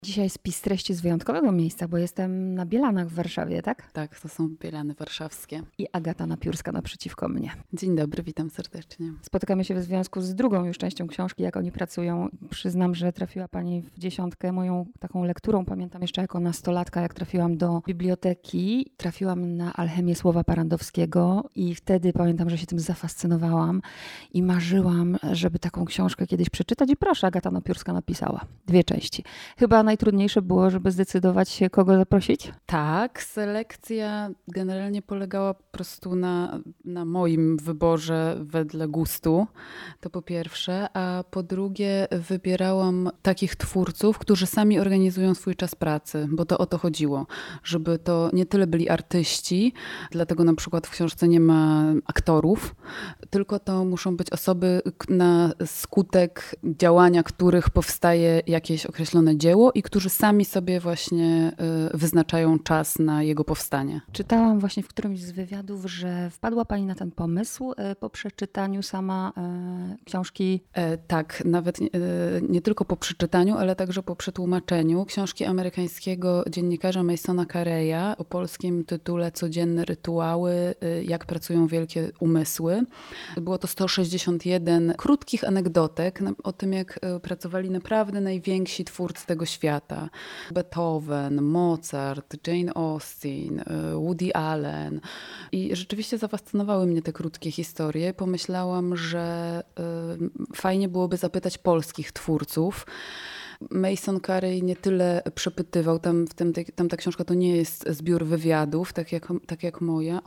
Dzisiaj spis treści z wyjątkowego miejsca, bo jestem na Bielanach w Warszawie, tak? Tak, to są Bielany warszawskie. I Agata Napiórska naprzeciwko mnie. Dzień dobry, witam serdecznie. Spotykamy się w związku z drugą już częścią książki, Jak oni pracują. Przyznam, że trafiła pani w dziesiątkę moją taką lekturą. Pamiętam jeszcze jako nastolatka, jak trafiłam do biblioteki. Trafiłam na Alchemię Słowa Parandowskiego i wtedy pamiętam, że się tym zafascynowałam i marzyłam, żeby taką książkę kiedyś przeczytać. I proszę, Agata Napiórska napisała 2 części. Chyba najtrudniejsze było, żeby zdecydować się, kogo zaprosić? Tak, selekcja generalnie polegała po prostu na moim wyborze wedle gustu, to po pierwsze, a po drugie wybierałam takich twórców, którzy sami organizują swój czas pracy, bo to o to chodziło, żeby to nie tyle byli artyści, dlatego na przykład w książce nie ma aktorów, tylko to muszą być osoby, na skutek działania których powstaje jakieś określone dzieło i którzy sami sobie właśnie wyznaczają czas na jego powstanie. Czytałam właśnie w którymś z wywiadów, że wpadła pani na ten pomysł po przeczytaniu sama książki. Tak, nawet nie tylko po przeczytaniu, ale także po przetłumaczeniu książki amerykańskiego dziennikarza Masona Careya o polskim tytule Codzienne rytuały, jak pracują wielkie umysły. Było to 161 krótkich anegdotek o tym, jak pracowali naprawdę najwięksi twórcy tego świata. Beethoven, Mozart, Jane Austen, Woody Allen. I rzeczywiście zafascynowały mnie te krótkie historie. Pomyślałam, że fajnie byłoby zapytać polskich twórców. Mason Carey nie tyle przepytywał, tam ta książka to nie jest zbiór wywiadów, tak jak moja,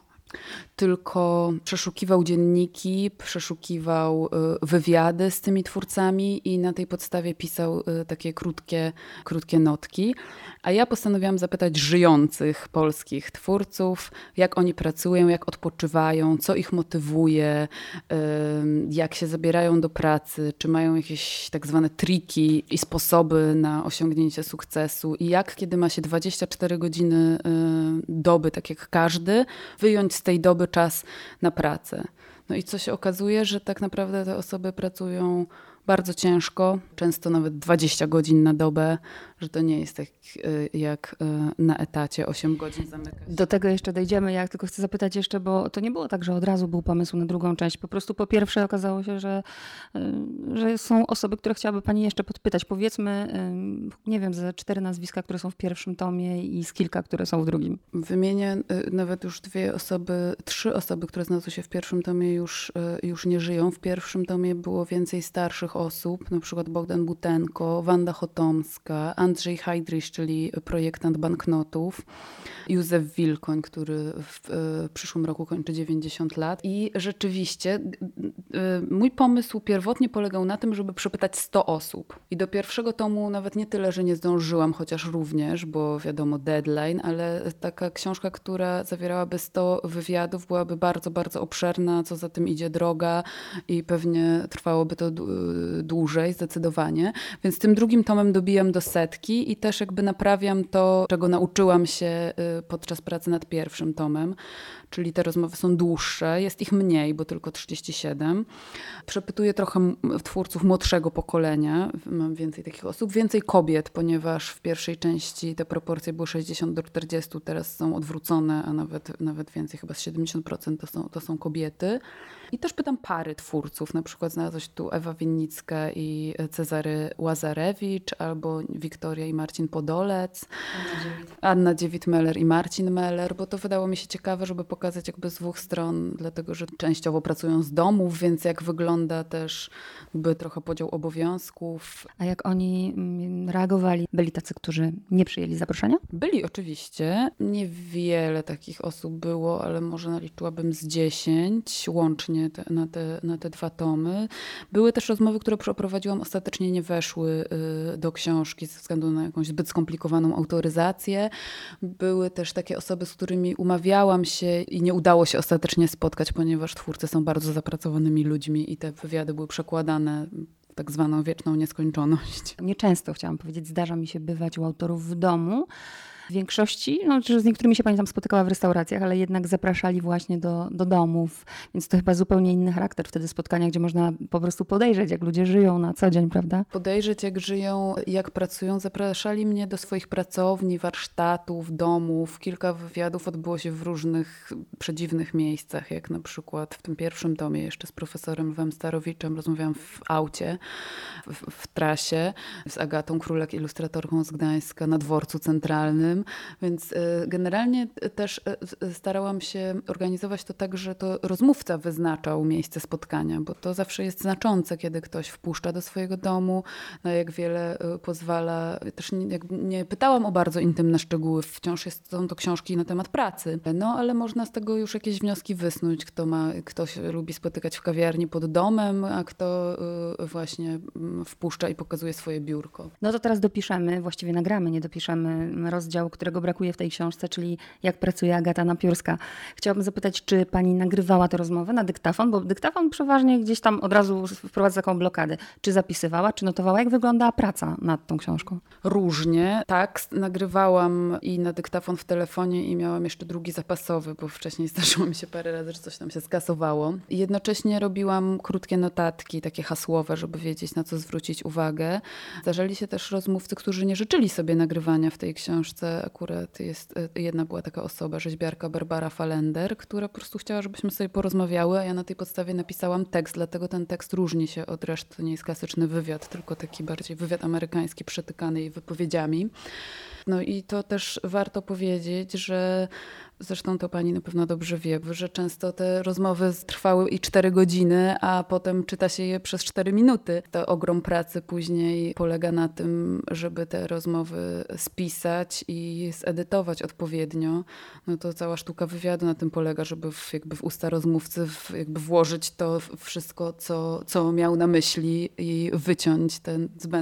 tylko przeszukiwał dzienniki, przeszukiwał wywiady z tymi twórcami i na tej podstawie pisał takie krótkie notki. A ja postanowiłam zapytać żyjących polskich twórców, jak oni pracują, jak odpoczywają, co ich motywuje, jak się zabierają do pracy, czy mają jakieś tak zwane triki i sposoby na osiągnięcie sukcesu i jak, kiedy ma się 24 godziny doby, tak jak każdy, wyjąć z tej doby czas na pracę. No i co się okazuje, że tak naprawdę te osoby pracują bardzo ciężko, często nawet 20 godzin na dobę, że to nie jest tak jak na etacie 8 godzin zamykać. Do tego jeszcze dojdziemy. Ja tylko chcę zapytać jeszcze, bo to nie było tak, że od razu był pomysł na drugą część. Po prostu po pierwsze okazało się, że są osoby, które chciałaby pani jeszcze podpytać. Powiedzmy, nie wiem, ze 4 nazwiska, które są w pierwszym tomie i z kilka, które są w drugim. Wymienię nawet już 3 osoby, które znalazły się w pierwszym tomie już nie żyją. W pierwszym tomie było więcej starszych osób, na przykład Bogdan Butenko, Wanda Chotomska, Andrzej Heidrich, czyli projektant banknotów, Józef Wilkoń, który w przyszłym roku kończy 90 lat. I rzeczywiście mój pomysł pierwotnie polegał na tym, żeby przepytać 100 osób. I do pierwszego tomu nawet nie tyle, że nie zdążyłam, chociaż również, bo wiadomo deadline, ale taka książka, która zawierałaby 100 wywiadów, byłaby bardzo, bardzo obszerna, co za tym idzie droga i pewnie trwałoby to dłużej zdecydowanie. Więc tym drugim tomem dobijam do 100 i też jakby naprawiam to, czego nauczyłam się podczas pracy nad pierwszym tomem. Czyli te rozmowy są dłuższe, jest ich mniej, bo tylko 37. Przepytuję trochę twórców młodszego pokolenia, mam więcej takich osób, więcej kobiet, ponieważ w pierwszej części te proporcje były 60-40, teraz są odwrócone, a nawet więcej, chyba z 70% to są kobiety. I też pytam pary twórców, na przykład znalazła się tu Ewa Winnicka i Cezary Łazarewicz, albo Wiktoria i Marcin Podolec, Anna Dziewit-Meller i Marcin Meller, bo to wydało mi się ciekawe, żeby pokazać jakby z 2 stron, dlatego że częściowo pracują z domów, więc jak wygląda też jakby trochę podział obowiązków. A jak oni reagowali? Byli tacy, którzy nie przyjęli zaproszenia? Byli oczywiście. Niewiele takich osób było, ale może naliczyłabym z 10 łącznie na te 2 tomy. Były też rozmowy, które przeprowadziłam, ostatecznie nie weszły do książki ze względu na jakąś zbyt skomplikowaną autoryzację. Były też takie osoby, z którymi umawiałam się i nie udało się ostatecznie spotkać, ponieważ twórcy są bardzo zapracowanymi ludźmi i te wywiady były przekładane w tak zwaną wieczną nieskończoność. Nieczęsto, chciałam powiedzieć, zdarza mi się bywać u autorów w domu. W większości, czy z niektórymi się pani tam spotykała w restauracjach, ale jednak zapraszali właśnie do domów, więc to chyba zupełnie inny charakter wtedy spotkania, gdzie można po prostu podejrzeć, jak ludzie żyją na co dzień, prawda? Podejrzeć, jak żyją, jak pracują. Zapraszali mnie do swoich pracowni, warsztatów, domów. Kilka wywiadów odbyło się w różnych przedziwnych miejscach, jak na przykład w tym pierwszym tomie jeszcze z profesorem Lwem Starowiczem rozmawiałam w aucie, w trasie z Agatą Królek, ilustratorką z Gdańska, na dworcu centralnym, więc generalnie też starałam się organizować to tak, że to rozmówca wyznaczał miejsce spotkania, bo to zawsze jest znaczące, kiedy ktoś wpuszcza do swojego domu, na jak wiele pozwala. Też nie pytałam o bardzo intymne szczegóły, wciąż są to książki na temat pracy, ale można z tego już jakieś wnioski wysnuć, ktoś lubi spotykać w kawiarni pod domem, a kto właśnie wpuszcza i pokazuje swoje biurko. No to teraz dopiszemy, właściwie nagramy, nie dopiszemy rozdział, którego brakuje w tej książce, czyli jak pracuje Agata Napiórska. Chciałabym zapytać, czy pani nagrywała te rozmowy na dyktafon, bo dyktafon przeważnie gdzieś tam od razu wprowadza taką blokadę. Czy zapisywała, czy notowała? Jak wyglądała praca nad tą książką? Różnie. Tak, nagrywałam i na dyktafon w telefonie i miałam jeszcze drugi zapasowy, bo wcześniej zdarzyło mi się parę razy, że coś tam się skasowało. I jednocześnie robiłam krótkie notatki, takie hasłowe, żeby wiedzieć, na co zwrócić uwagę. Zdarzali się też rozmówcy, którzy nie życzyli sobie nagrywania w tej książce. Akurat jedna była taka osoba, rzeźbiarka Barbara Falender, która po prostu chciała, żebyśmy sobie porozmawiały, a ja na tej podstawie napisałam tekst, dlatego ten tekst różni się od reszty. To nie jest klasyczny wywiad, tylko taki bardziej wywiad amerykański, przetykany jej wypowiedziami. No i to też warto powiedzieć, że zresztą to pani na pewno dobrze wie, że często te rozmowy trwały i 4 godziny, a potem czyta się je przez 4 minuty. To ogrom pracy później polega na tym, żeby te rozmowy spisać i zedytować odpowiednio. No to cała sztuka wywiadu na tym polega, żeby w usta rozmówcy włożyć to wszystko, co miał na myśli i wyciąć tę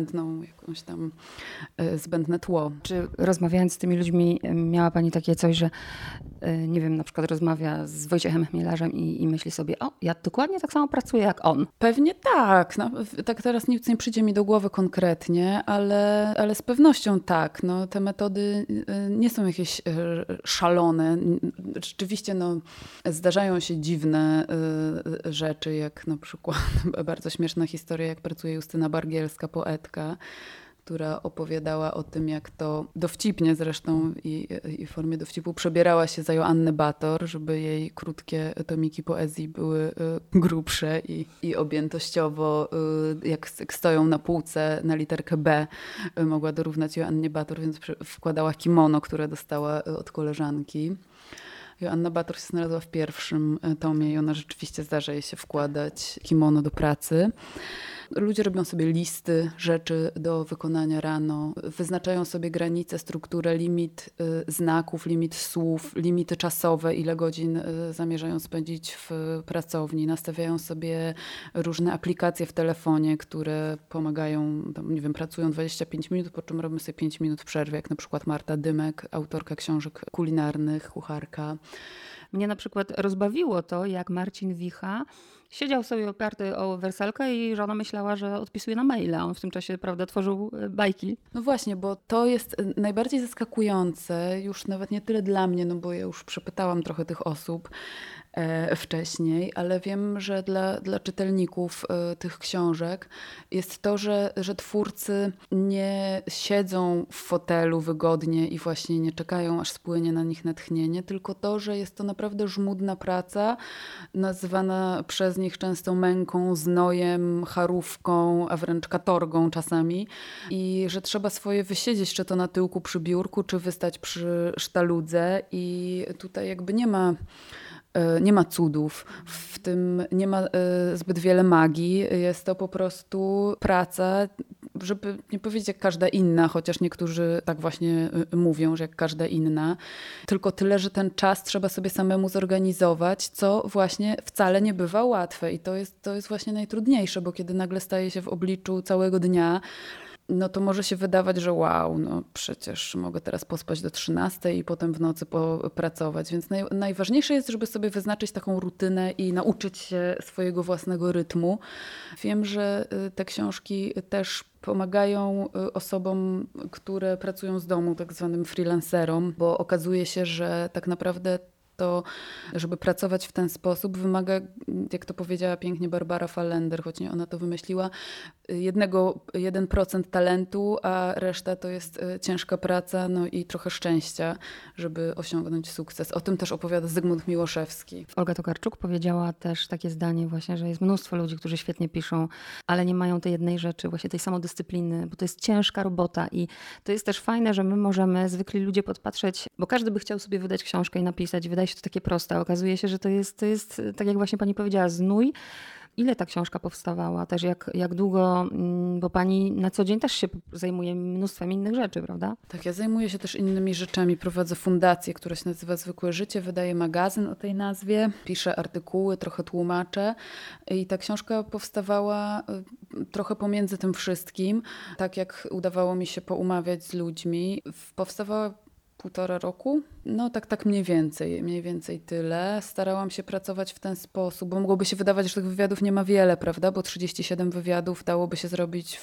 zbędne tło. Czy rozmawiając z tymi ludźmi miała pani takie coś, że nie wiem, na przykład rozmawia z Wojciechem Chmielarzem i myśli sobie, ja dokładnie tak samo pracuję jak on. Pewnie tak. No, tak teraz nic nie przyjdzie mi do głowy konkretnie, ale z pewnością tak. No, te metody nie są jakieś szalone. Rzeczywiście zdarzają się dziwne rzeczy, jak na przykład bardzo śmieszna historia, jak pracuje Justyna Bargielska, poetka, która opowiadała o tym, jak to dowcipnie zresztą i w formie dowcipu przebierała się za Joannę Bator, żeby jej krótkie tomiki poezji były grubsze i objętościowo, jak stoją na półce na literkę B, mogła dorównać Joannie Bator, więc wkładała kimono, które dostała od koleżanki. Joanna Bator się znalazła w pierwszym tomie i ona rzeczywiście zdarza jej się wkładać kimono do pracy. Ludzie robią sobie listy rzeczy do wykonania rano, wyznaczają sobie granice, strukturę, limit znaków, limit słów, limity czasowe, ile godzin zamierzają spędzić w pracowni. Nastawiają sobie różne aplikacje w telefonie, które pomagają, pracują 25 minut, po czym robią sobie 5 minut przerwy, jak na przykład Marta Dymek, autorka książek kulinarnych, kucharka. Mnie na przykład rozbawiło to, jak Marcin Wicha siedział sobie oparty o wersalkę i żona myślała, że odpisuje na maile, a on w tym czasie, prawda, tworzył bajki. No właśnie, bo to jest najbardziej zaskakujące, już nawet nie tyle dla mnie, bo ja już przepytałam trochę tych osób wcześniej, ale wiem, że dla czytelników tych książek jest to, że twórcy nie siedzą w fotelu wygodnie i właśnie nie czekają, aż spłynie na nich natchnienie, tylko to, że jest to naprawdę żmudna praca, nazywana przez nich często męką, znojem, charówką, a wręcz katorgą czasami i że trzeba swoje wysiedzieć, czy to na tyłku przy biurku, czy wystać przy sztaludze i tutaj jakby nie ma cudów, w tym nie ma zbyt wiele magii. Jest to po prostu praca, żeby nie powiedzieć jak każda inna, chociaż niektórzy tak właśnie mówią, że jak każda inna. Tylko tyle, że ten czas trzeba sobie samemu zorganizować, co właśnie wcale nie bywa łatwe. I to jest właśnie najtrudniejsze, bo kiedy nagle staje się w obliczu całego dnia, no to może się wydawać, że wow, no przecież mogę teraz pospać do 13 i potem w nocy popracować. Więc najważniejsze jest, żeby sobie wyznaczyć taką rutynę i nauczyć się swojego własnego rytmu. Wiem, że te książki też pomagają osobom, które pracują z domu, tak zwanym freelancerom, bo okazuje się, że tak naprawdę to, żeby pracować w ten sposób, wymaga, jak to powiedziała pięknie Barbara Fallender, choć nie ona to wymyśliła, 1% talentu, a reszta to jest ciężka praca, no i trochę szczęścia, żeby osiągnąć sukces. O tym też opowiada Zygmunt Miłoszewski. Olga Tokarczuk powiedziała też takie zdanie właśnie, że jest mnóstwo ludzi, którzy świetnie piszą, ale nie mają tej jednej rzeczy, właśnie tej samodyscypliny, bo to jest ciężka robota i to jest też fajne, że my możemy, zwykli ludzie, podpatrzeć, bo każdy by chciał sobie wydać książkę i napisać. Wydaje się to takie proste. Okazuje się, że to jest tak jak właśnie pani powiedziała, znój. Ile ta książka powstawała? Też jak długo, bo pani na co dzień też się zajmuje mnóstwem innych rzeczy, prawda? Tak, ja zajmuję się też innymi rzeczami. Prowadzę fundację, która się nazywa Zwykłe Życie. Wydaję magazyn o tej nazwie. Piszę artykuły, trochę tłumaczę. I ta książka powstawała trochę pomiędzy tym wszystkim. Tak jak udawało mi się poumawiać z ludźmi. Powstawała 1,5 roku. No tak mniej więcej tyle. Starałam się pracować w ten sposób, bo mogłoby się wydawać, że tych wywiadów nie ma wiele, prawda? Bo 37 wywiadów dałoby się zrobić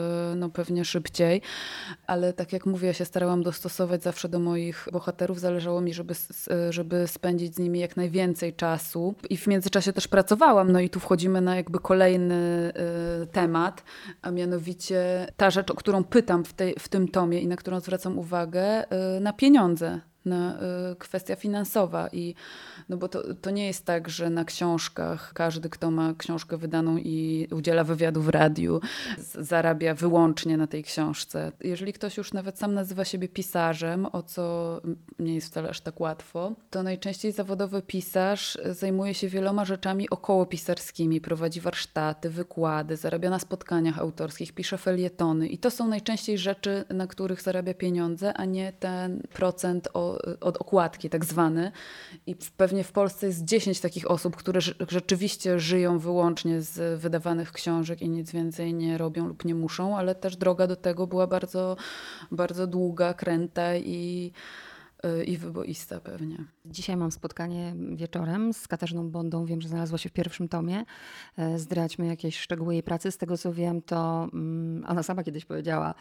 pewnie szybciej, ale tak jak mówię, ja się starałam dostosować zawsze do moich bohaterów. Zależało mi, żeby spędzić z nimi jak najwięcej czasu i w międzyczasie też pracowałam. No i tu wchodzimy na jakby kolejny temat, a mianowicie ta rzecz, o którą pytam w tym tomie i na którą zwracam uwagę, na pieniądze. Na kwestia finansowa no bo to nie jest tak, że na książkach każdy, kto ma książkę wydaną i udziela wywiadu w radiu, zarabia wyłącznie na tej książce. Jeżeli ktoś już nawet sam nazywa siebie pisarzem, o co nie jest wcale aż tak łatwo, to najczęściej zawodowy pisarz zajmuje się wieloma rzeczami okołopisarskimi, prowadzi warsztaty, wykłady, zarabia na spotkaniach autorskich, pisze felietony i to są najczęściej rzeczy, na których zarabia pieniądze, a nie ten procent od okładki tak zwany. I pewnie w Polsce jest 10 takich osób, które rzeczywiście żyją wyłącznie z wydawanych książek i nic więcej nie robią lub nie muszą, ale też droga do tego była bardzo, bardzo długa, kręta i wyboista pewnie. Dzisiaj mam spotkanie wieczorem z Katarzyną Bondą. Wiem, że znalazła się w pierwszym tomie. Zdradźmy jakieś szczegóły jej pracy. Z tego co wiem, to ona sama kiedyś powiedziała,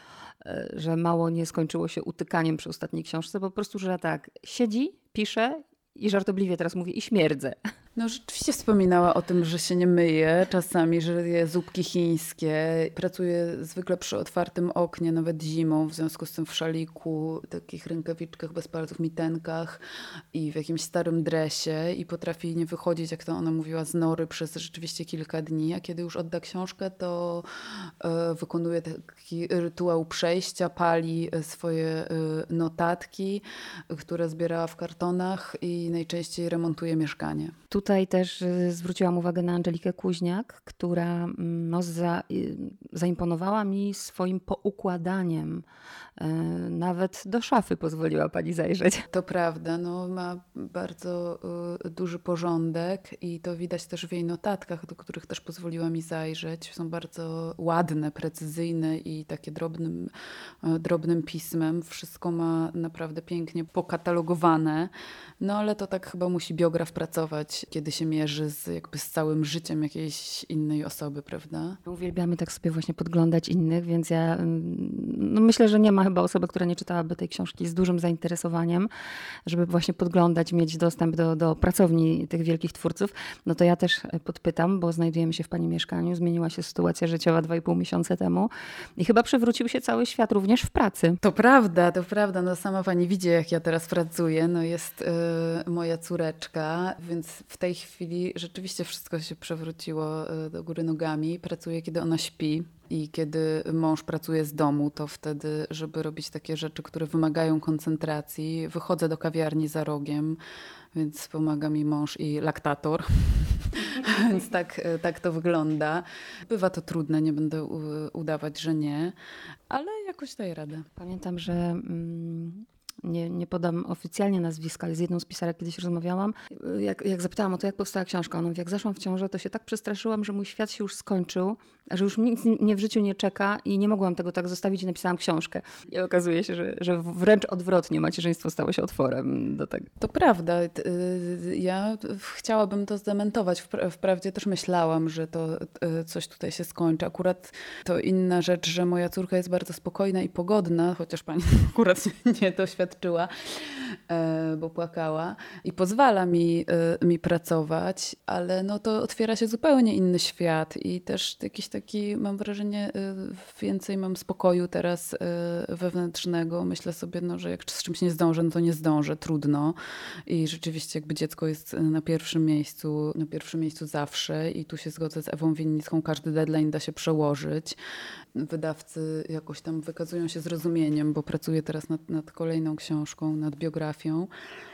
że mało nie skończyło się utykaniem przy ostatniej książce, po prostu, że tak, siedzi, pisze i żartobliwie teraz mówi i śmierdzę. No rzeczywiście wspominała o tym, że się nie myje czasami, że je zupki chińskie. Pracuje zwykle przy otwartym oknie, nawet zimą, w związku z tym w szaliku, takich rękawiczkach bez palców, mitenkach i w jakimś starym dresie i potrafi nie wychodzić, jak to ona mówiła, z nory przez rzeczywiście kilka dni, a kiedy już odda książkę, to wykonuje taki rytuał przejścia, pali swoje notatki, które zbierała w kartonach i najczęściej remontuje mieszkanie. Tutaj też zwróciłam uwagę na Angelikę Kuźniak, która zaimponowała mi swoim poukładaniem. Nawet do szafy pozwoliła pani zajrzeć. To prawda, no, ma bardzo duży porządek i to widać też w jej notatkach, do których też pozwoliła mi zajrzeć. Są bardzo ładne, precyzyjne i takie drobnym pismem. Wszystko ma naprawdę pięknie pokatalogowane. No ale to tak chyba musi biograf pracować, kiedy się mierzy z całym życiem jakiejś innej osoby, prawda? Uwielbiamy tak sobie właśnie podglądać innych, więc ja myślę, że nie ma chyba osoby, która nie czytałaby tej książki z dużym zainteresowaniem, żeby właśnie podglądać, mieć dostęp do pracowni tych wielkich twórców. No to ja też podpytam, bo znajdujemy się w pani mieszkaniu, zmieniła się sytuacja życiowa 2,5 miesiąca temu i chyba przewrócił się cały świat, również w pracy. To prawda. No sama pani widzi, jak ja teraz pracuję. No jest moja córeczka, więc w tej chwili rzeczywiście wszystko się przewróciło do góry nogami. Pracuję, kiedy ona śpi. I kiedy mąż pracuje z domu, to wtedy, żeby robić takie rzeczy, które wymagają koncentracji, wychodzę do kawiarni za rogiem, więc pomaga mi mąż i laktator. Więc tak to wygląda. Bywa to trudne, nie będę udawać, że nie, ale jakoś daję radę. Pamiętam, że Nie podam oficjalnie nazwiska, ale z jedną z pisarek kiedyś rozmawiałam. Jak zapytałam o to, jak powstała książka, ona mówi, jak zaszłam w ciążę, to się tak przestraszyłam, że mój świat się już skończył, że już nic mnie w życiu nie czeka i nie mogłam tego tak zostawić i napisałam książkę. I okazuje się, że wręcz odwrotnie macierzyństwo stało się otworem do tego. To prawda. Ja chciałabym to zdementować. Wprawdzie też myślałam, że to coś tutaj się skończy. Akurat to inna rzecz, że moja córka jest bardzo spokojna i pogodna, chociaż pani akurat nie doświadczyła, bo płakała i pozwala mi pracować, ale no to otwiera się zupełnie inny świat i też jakiś taki, mam wrażenie, więcej mam spokoju teraz wewnętrznego. Myślę sobie, no, że jak z czymś nie zdążę, no to nie zdążę, trudno. I rzeczywiście jakby dziecko jest na pierwszym miejscu zawsze i tu się zgodzę z Ewą Winnicką, każdy deadline da się przełożyć. Wydawcy jakoś tam wykazują się zrozumieniem, bo pracuję teraz nad kolejną książką, nad biografią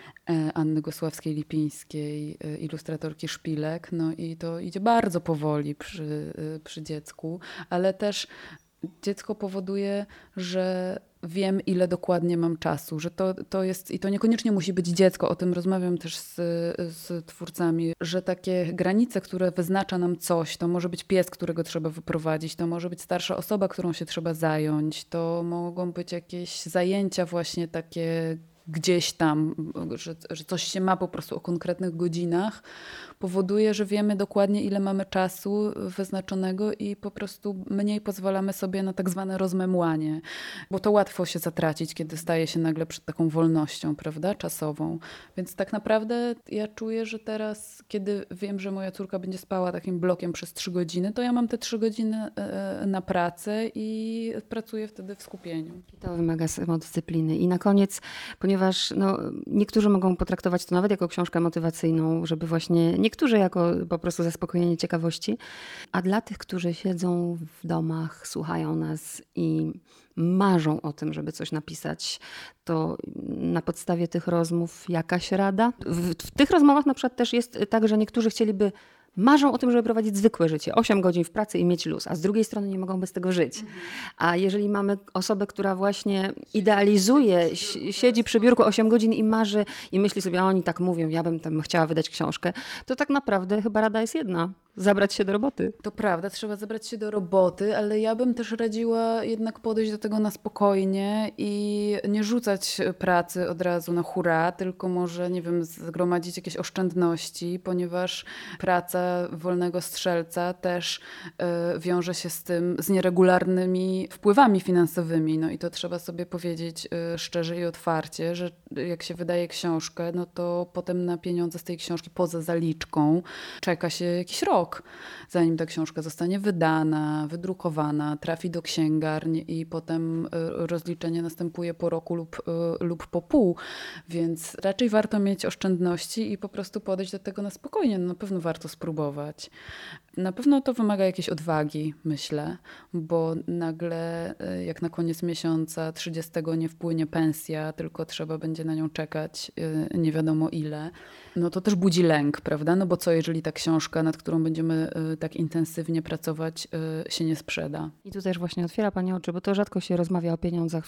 Anny Gosławskiej-Lipińskiej, ilustratorki Szpilek. No i to idzie bardzo powoli przy dziecku, ale też dziecko powoduje, że wiem, ile dokładnie mam czasu, że to jest, i to niekoniecznie musi być dziecko, o tym rozmawiam też z twórcami, że takie granice, które wyznacza nam coś, to może być pies, którego trzeba wyprowadzić, to może być starsza osoba, którą się trzeba zająć, to mogą być jakieś zajęcia właśnie takie gdzieś tam, że coś się ma po prostu o konkretnych godzinach, powoduje, że wiemy dokładnie, ile mamy czasu wyznaczonego i po prostu mniej pozwalamy sobie na tak zwane rozmemłanie, bo to łatwo się zatracić, kiedy staje się nagle przed taką wolnością, prawda, czasową. Więc tak naprawdę ja czuję, że teraz, kiedy wiem, że moja córka będzie spała takim blokiem przez 3 godziny, to ja mam te 3 godziny na pracę i pracuję wtedy w skupieniu. To wymaga samodyscypliny. I na koniec, ponieważ niektórzy mogą potraktować to nawet jako książkę motywacyjną, żeby właśnie niektórzy jako po prostu zaspokojenie ciekawości, a dla tych, którzy siedzą w domach, słuchają nas i marzą o tym, żeby coś napisać, to na podstawie tych rozmów jakaś rada? W tych rozmowach na przykład też jest tak, że niektórzy marzą o tym, żeby prowadzić zwykłe życie, 8 godzin w pracy i mieć luz, a z drugiej strony nie mogą bez tego żyć. A jeżeli mamy osobę, która właśnie idealizuje, siedzi przy biurku 8 godzin i marzy i myśli sobie, a oni tak mówią, ja bym tam chciała wydać książkę, to tak naprawdę chyba rada jest jedna. Zabrać się do roboty. To prawda, trzeba zabrać się do roboty, ale ja bym też radziła jednak podejść do tego na spokojnie i nie rzucać pracy od razu na hura, tylko może, nie wiem, zgromadzić jakieś oszczędności, ponieważ praca wolnego strzelca też wiąże się z nieregularnymi wpływami finansowymi. No i to trzeba sobie powiedzieć szczerze i otwarcie, że jak się wydaje książkę, no to potem na pieniądze z tej książki poza zaliczką czeka się jakiś rok, zanim ta książka zostanie wydana, wydrukowana, trafi do księgarni i potem rozliczenie następuje po roku lub po pół. Więc raczej warto mieć oszczędności i po prostu podejść do tego na spokojnie. No, na pewno warto spróbować. Na pewno to wymaga jakiejś odwagi, myślę, bo nagle jak na koniec miesiąca 30 nie wpłynie pensja, tylko trzeba będzie na nią czekać nie wiadomo ile, no to też budzi lęk, prawda? No bo co, jeżeli ta książka, nad którą będziemy tak intensywnie pracować, się nie sprzeda? I tu też właśnie otwiera pani oczy, bo to rzadko się rozmawia o pieniądzach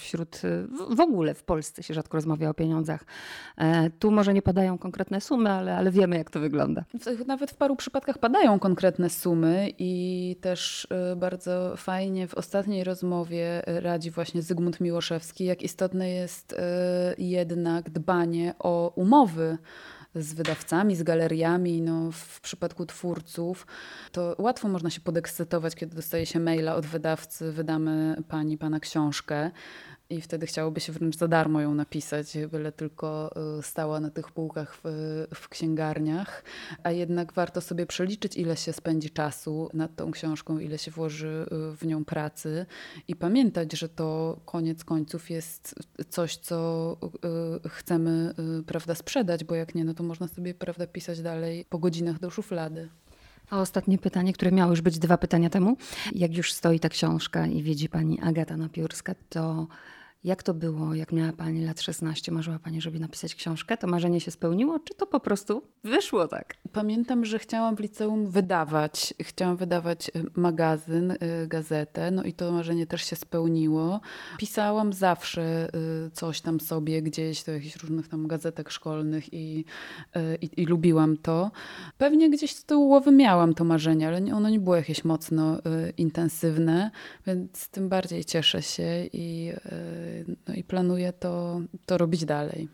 w ogóle w Polsce się rzadko rozmawia o pieniądzach. Tu może nie padają konkretne sumy, ale wiemy, jak to wygląda. Nawet w paru przypadkach padają konkretne sumy i też bardzo fajnie w ostatniej rozmowie radzi właśnie Zygmunt Miłoszewski, jak istotne jest jednak dbanie o umowy z wydawcami, z galeriami. No, w przypadku twórców to łatwo można się podekscytować, kiedy dostaje się maila od wydawcy, wydamy pana książkę. I wtedy chciałoby się wręcz za darmo ją napisać, byle tylko stała na tych półkach w księgarniach. A jednak warto sobie przeliczyć, ile się spędzi czasu nad tą książką, ile się włoży w nią pracy i pamiętać, że to koniec końców jest coś, co chcemy, prawda, sprzedać, bo jak nie, no to można sobie, prawda, pisać dalej po godzinach do szuflady. A ostatnie pytanie, które miało już być 2 pytania temu. Jak już stoi ta książka i widzi pani Agata Napiórska, to Jak to było, jak miała pani lat 16? Marzyła pani, żeby napisać książkę? To marzenie się spełniło, czy to po prostu wyszło tak? Pamiętam, że chciałam w liceum wydawać. Chciałam wydawać magazyn, gazetę, no i to marzenie też się spełniło. Pisałam zawsze coś tam sobie gdzieś do jakichś różnych tam gazetek szkolnych i lubiłam to. Pewnie gdzieś z tyłu głowy miałam to marzenie, ale ono nie było jakieś mocno intensywne, więc tym bardziej cieszę się i planuję to robić dalej.